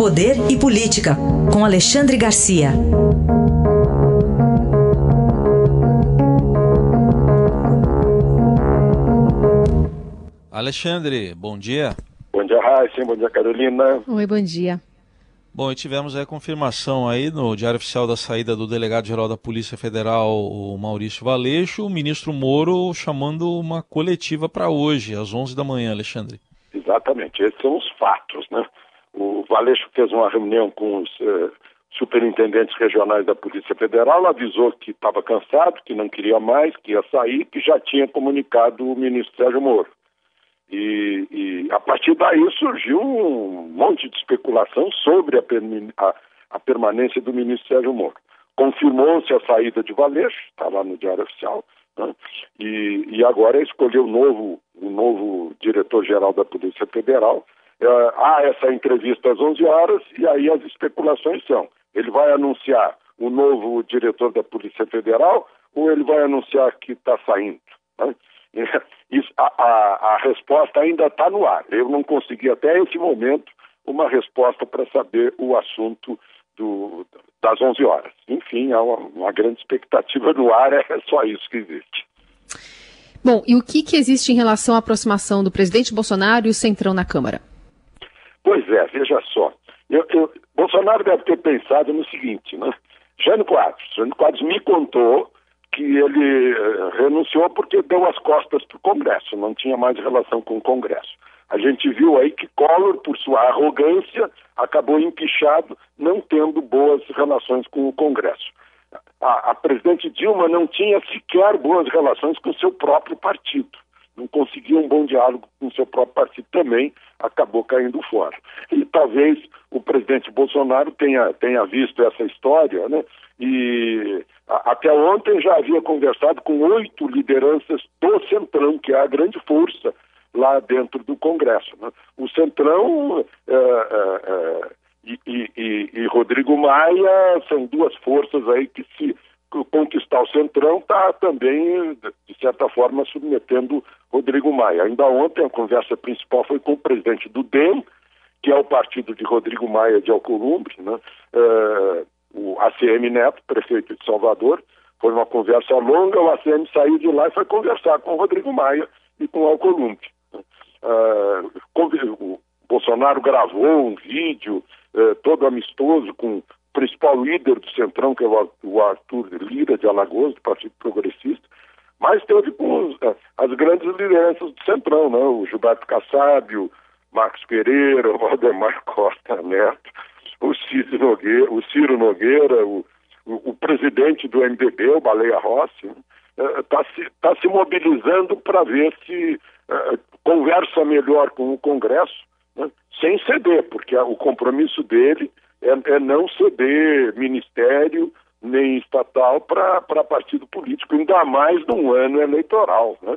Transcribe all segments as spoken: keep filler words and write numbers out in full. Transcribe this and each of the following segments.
Poder e Política, com Alexandre Garcia. Alexandre, bom dia. Bom dia, Raíssa. Bom dia, Carolina. Oi, bom dia. Bom, e tivemos a confirmação aí no Diário Oficial da saída do delegado-geral da Polícia Federal, o Maurício Valeixo, o ministro Moro chamando uma coletiva para hoje, às onze da manhã, Alexandre. Exatamente, esses são os fatos, né? O Valeixo fez uma reunião com os eh, superintendentes regionais da Polícia Federal, avisou que estava cansado, que não queria mais, que ia sair, que já tinha comunicado o ministro Sérgio Moro. E, e a partir daí surgiu um monte de especulação sobre a, a, a permanência do ministro Sérgio Moro. Confirmou-se a saída de Valeixo, está lá no Diário Oficial, né? e, e agora escolheu o novo, o novo diretor-geral da Polícia Federal. Uh, há essa entrevista às onze horas e aí as especulações são: ele vai anunciar o novo diretor da Polícia Federal ou ele vai anunciar que está saindo, né? Isso, a, a, a resposta ainda está no ar. Eu não consegui até esse momento uma resposta para saber o assunto do, das onze horas. Enfim, há uma, uma grande expectativa no ar, é só isso que existe. Bom, e o que, que existe em relação à aproximação do presidente Bolsonaro e o Centrão na Câmara? Pois é, veja só. Eu, eu, Bolsonaro deve ter pensado no seguinte, né? Jânio Quadros, Jânio Quadros me contou que ele uh, renunciou porque deu as costas para o Congresso, não tinha mais relação com o Congresso. A gente viu aí que Collor, por sua arrogância, acabou empichado, não tendo boas relações com o Congresso. A, a presidente Dilma não tinha sequer boas relações com o seu próprio partido. Não conseguia um bom diálogo com o seu próprio partido, também acabou caindo fora. E talvez o presidente Bolsonaro tenha, tenha visto essa história, né? E a, até ontem já havia conversado com oito lideranças do Centrão, que é a grande força lá dentro do Congresso, né? O Centrão é, é, é, e, e, e Rodrigo Maia são duas forças aí que, se conquistar o Centrão, está também, de certa forma, submetendo Rodrigo Maia. Ainda ontem a conversa principal foi com o presidente do D E M, que é o partido de Rodrigo Maia de Alcolumbre, né? É, o A C M Neto, prefeito de Salvador. Foi uma conversa longa, o A C M saiu de lá e foi conversar com o Rodrigo Maia e com o Alcolumbre. É, o Bolsonaro gravou um vídeo é, todo amistoso com o principal líder do Centrão, que é o Arthur Lira, de Alagoas, do Partido Progressista, mas teve com os, as grandes lideranças do Centrão, né? O Gilberto Kassab, o Marcos Pereira, o Valdemar Costa Neto, o Ciro Nogueira, o, Ciro Nogueira, o, o, o presidente do M D B, o Baleia Rossi, está se, tá se mobilizando para ver se uh, conversa melhor com o Congresso, né? Sem ceder, porque o compromisso dele é, é não ceder ministério nem estatal para partido político, ainda mais num ano eleitoral, né?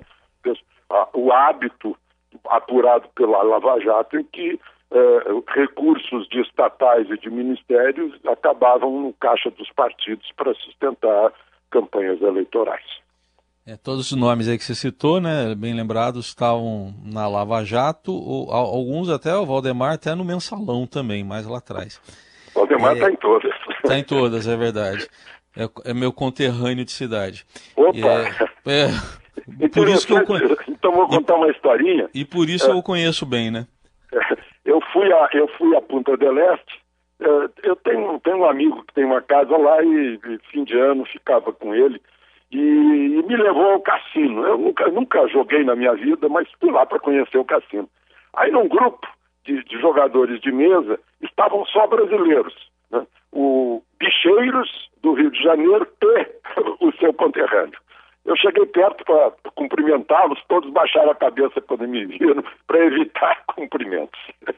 O hábito apurado pela Lava Jato é que eh, recursos de estatais e de ministérios acabavam no caixa dos partidos para sustentar campanhas eleitorais. É, todos os nomes aí que você citou, né, bem lembrados, estavam na Lava Jato, ou, alguns até, o Valdemar, até no Mensalão também, mais lá atrás. O Valdemar está é, em todas. Está em todas, é verdade. É, é meu conterrâneo de cidade. Opa! É, é, por isso que eu, então vou contar uma historinha. E por isso é, eu o conheço bem, né? Eu fui a, eu fui a Punta del Este. Eu tenho, tenho um amigo que tem uma casa lá e, e fim de ano ficava com ele. E, e me levou ao cassino. Eu nunca, nunca joguei na minha vida, mas fui lá para conhecer o cassino. Aí num grupo de, de jogadores de mesa estavam só brasileiros, né? O Bicheiros do Rio de Janeiro e o seu conterrâneo. Eu cheguei perto para cumprimentá-los, todos baixaram a cabeça quando me viram para evitar cumprimentos.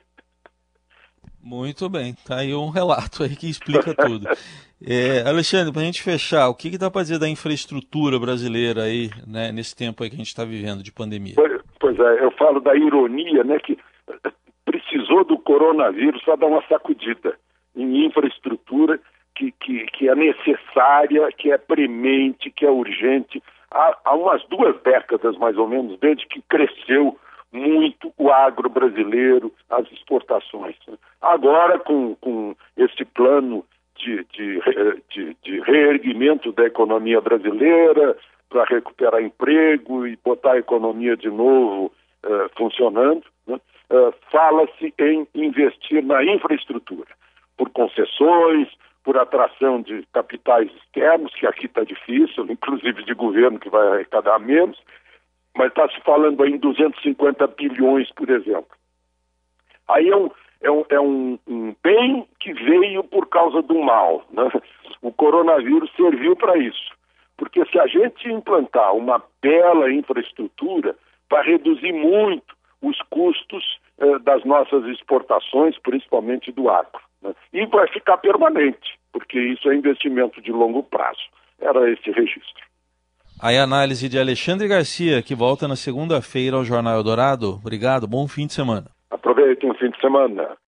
Muito bem, tá aí um relato aí que explica tudo. É, Alexandre, para a gente fechar, o que, que dá para dizer da infraestrutura brasileira aí, né, nesse tempo aí que a gente está vivendo de pandemia? Pois, pois é, eu falo da ironia, né, que precisou do coronavírus para dar uma sacudida em infraestrutura que, que, que é necessária, que é premente, que é urgente. Há, há umas duas décadas, mais ou menos, desde que cresceu muito o agro brasileiro, as exportações. Agora, com, com esse plano de, de, de, de reerguimento da economia brasileira, para recuperar emprego e botar a economia de novo uh, funcionando, né? uh, fala-se em investir na infraestrutura, por concessões, por atração de capitais externos, que aqui está difícil, inclusive de governo que vai arrecadar menos, mas está se falando aí em duzentos e cinquenta bilhões, por exemplo. Aí é um, é um, é um, um bem que veio por causa do mal, né? O coronavírus serviu para isso. Porque se a gente implantar uma bela infraestrutura, vai reduzir muito os custos eh, das nossas exportações, principalmente do agro, né? E vai ficar permanente, porque isso é investimento de longo prazo. Era esse registro. Aí a análise de Alexandre Garcia, que volta na segunda-feira ao Jornal Eldorado. Obrigado, bom fim de semana. Aproveitem o fim de semana.